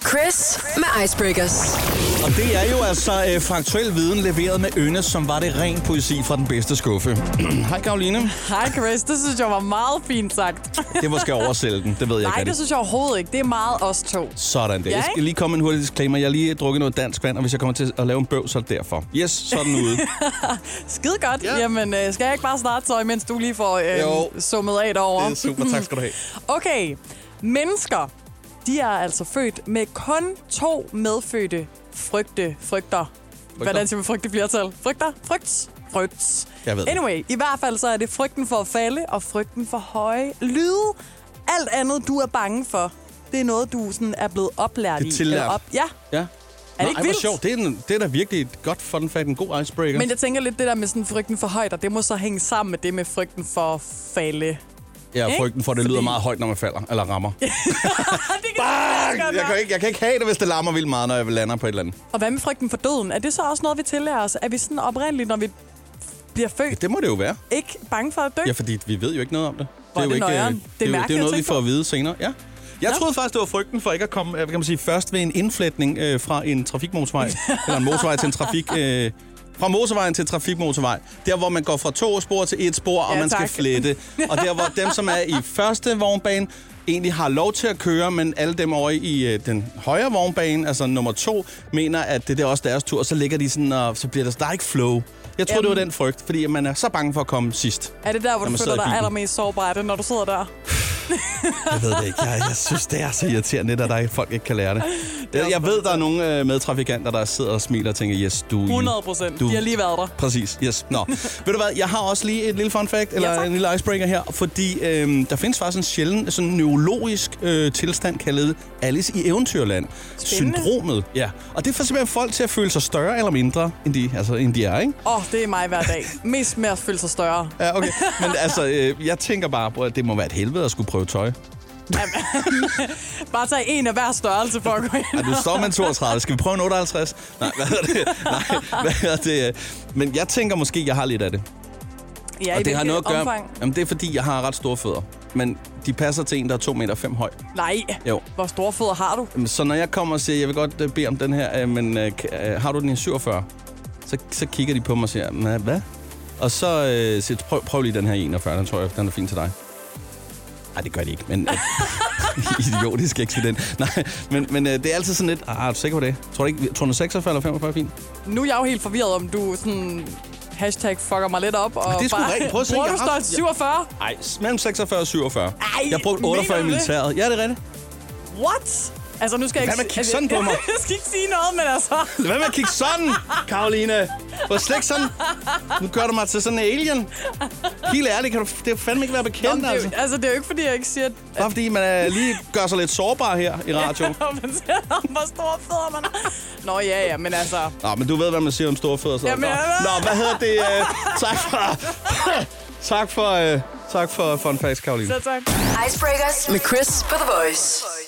Chris med Icebreakers. Og det er jo altså faktuel viden leveret med Ønne, som var det ren poesi fra den bedste skuffe. Hej Karoline. Hej Chris, det synes jeg var meget fint sagt. Det var skal oversælge den, det ved jeg ikke. Nej, det synes jeg overhovedet ikke. Det er meget os to. Sådan det. Ja, jeg skal lige komme med en hurtig disclaimer. Jeg har lige drukket noget dansk vand, og hvis jeg kommer til at lave en bøv, så er det derfor. Yes, så er den ude. Skide godt. Ja. Jamen, skal jeg ikke bare starte så, imens du lige får summet af derovre? Det er super, tak skal du have. Okay, mennesker, de er altså født med kun 2 medfødte frygter. Hvordan siger man frygt i flertal? Frygts. Jeg ved det. Anyway, i hvert fald så er det frygten for at falde og frygten for høje lyde. Alt andet, du er bange for, det er noget, du sådan er blevet oplært i. Det er tillært. Ja. Ja. Er det ikke vildt? Sjovt. Det er da virkelig et godt fun fact, en god icebreaker. Men jeg tænker lidt det der med sådan frygten for højt, og det må så hænge sammen med det med frygten for at falde. Ja, frygten for, at det lyder meget højt, når man falder eller rammer. Jeg kan ikke have det, hvis det larmer vildt meget, når jeg lander på et eller andet. Og hvad med frygten for døden? Er det så også noget, vi tillærer os? Er vi sådan oprindeligt, når vi bliver født? Ja, det må det jo være. Ikke bange for at dø? Ja, fordi vi ved jo ikke noget om det. Hvor er det nøjeren. Det er jo noget, vi får at vide senere. Ja. Jeg troede faktisk, det var frygten for ikke at komme, kan man sige, først ved en indflætning fra en trafikmotorvej, eller en motorvej til en trafik... fra motorvejen til trafikmotorvej. Der, hvor man går fra 2 spor til 1 spor, og man skal flette. Og der, hvor dem, som er i første vognbane, egentlig har lov til at køre, men alle dem over i den højre vognbane, altså nummer 2, mener, at det er også deres tur, og så ligger de sådan, og så bliver der ikke flow. Jeg tror, det var den frygt, fordi man er så bange for at komme sidst. Er det der, hvor du føler dig allermest sårbar, når du sidder der? Jeg ved det ikke. Jeg synes, det er så irriterende, at der er folk ikke kan lære det. Jeg ved, der er nogle medtrafikanter, der sidder og smiler og tænker, yes, du... 100%. De har lige været der. Præcis, yes. Nå. Ved du hvad, jeg har også lige et lille fun fact, eller en lille icebreaker her, fordi der findes faktisk en sjælden, sådan neurologisk tilstand, kaldet Alice i Eventyrland. Spændende. Syndromet, ja. Og det får simpelthen folk til at føle sig større eller mindre, end de er, ikke? Det er mig hver dag. Mest med at føle sig større. Ja, okay. Men altså, jeg tænker bare, at det må være et helvede at skulle prøve tøj. Bare tage en af hver størrelse for at gå ind. Ja, du står med en 32. Skal vi prøve en 58? Nej, hvad hedder det? Men jeg tænker måske, jeg har lidt af det. Ja, og i det har noget at gøre. Omfang? Jamen, det er fordi, jeg har ret store fødder. Men de passer til en, der er 2,5 meter høj. Nej, jo. Hvor store fødder har du? Så når jeg kommer og siger, jeg vil godt bede om den her, men har du den i 47? Så kigger de på mig og siger, hvad? Og så siger prøv lige den her 41, den tror jeg, den er fin til dig. Nej, det gør de ikke, men... idiotisk accident. Nej, men det er altid sådan lidt... er du sikker på det? Tror du 46 eller 45 er fint? Nu er jeg jo helt forvirret, om du sådan... #fucker mig lidt op. Og det er sgu rigtigt. Prøv at se. Bruger du størrelse 47? Nej, mellem 46 og 47. Ej, jeg har brugt 48 i militæret. Ja, det er rigtigt. What? Altså, nu skal jeg ikke... Hvad med at kigge sådan på mig? Jeg skal ikke sige noget, men altså... Hvad med at kigge sådan, Karoline? Hvor slet ikke sådan. Nu gør du mig til sådan en alien. Helt ærligt, kan du det fandme ikke være bekendt, altså. Altså, det er jo ikke, fordi jeg ikke siger... Bare fordi man lige gør sig lidt sårbar her i radio. Ja, man siger, hvor store fødder man har. Nå, ja, men altså... Nå, men du ved, hvad man siger om store fødder. Så. Jamen, Nå, hvad hedder det? Tak for fun facts, Karoline. Så tak. Icebreakers med Chris på The Voice.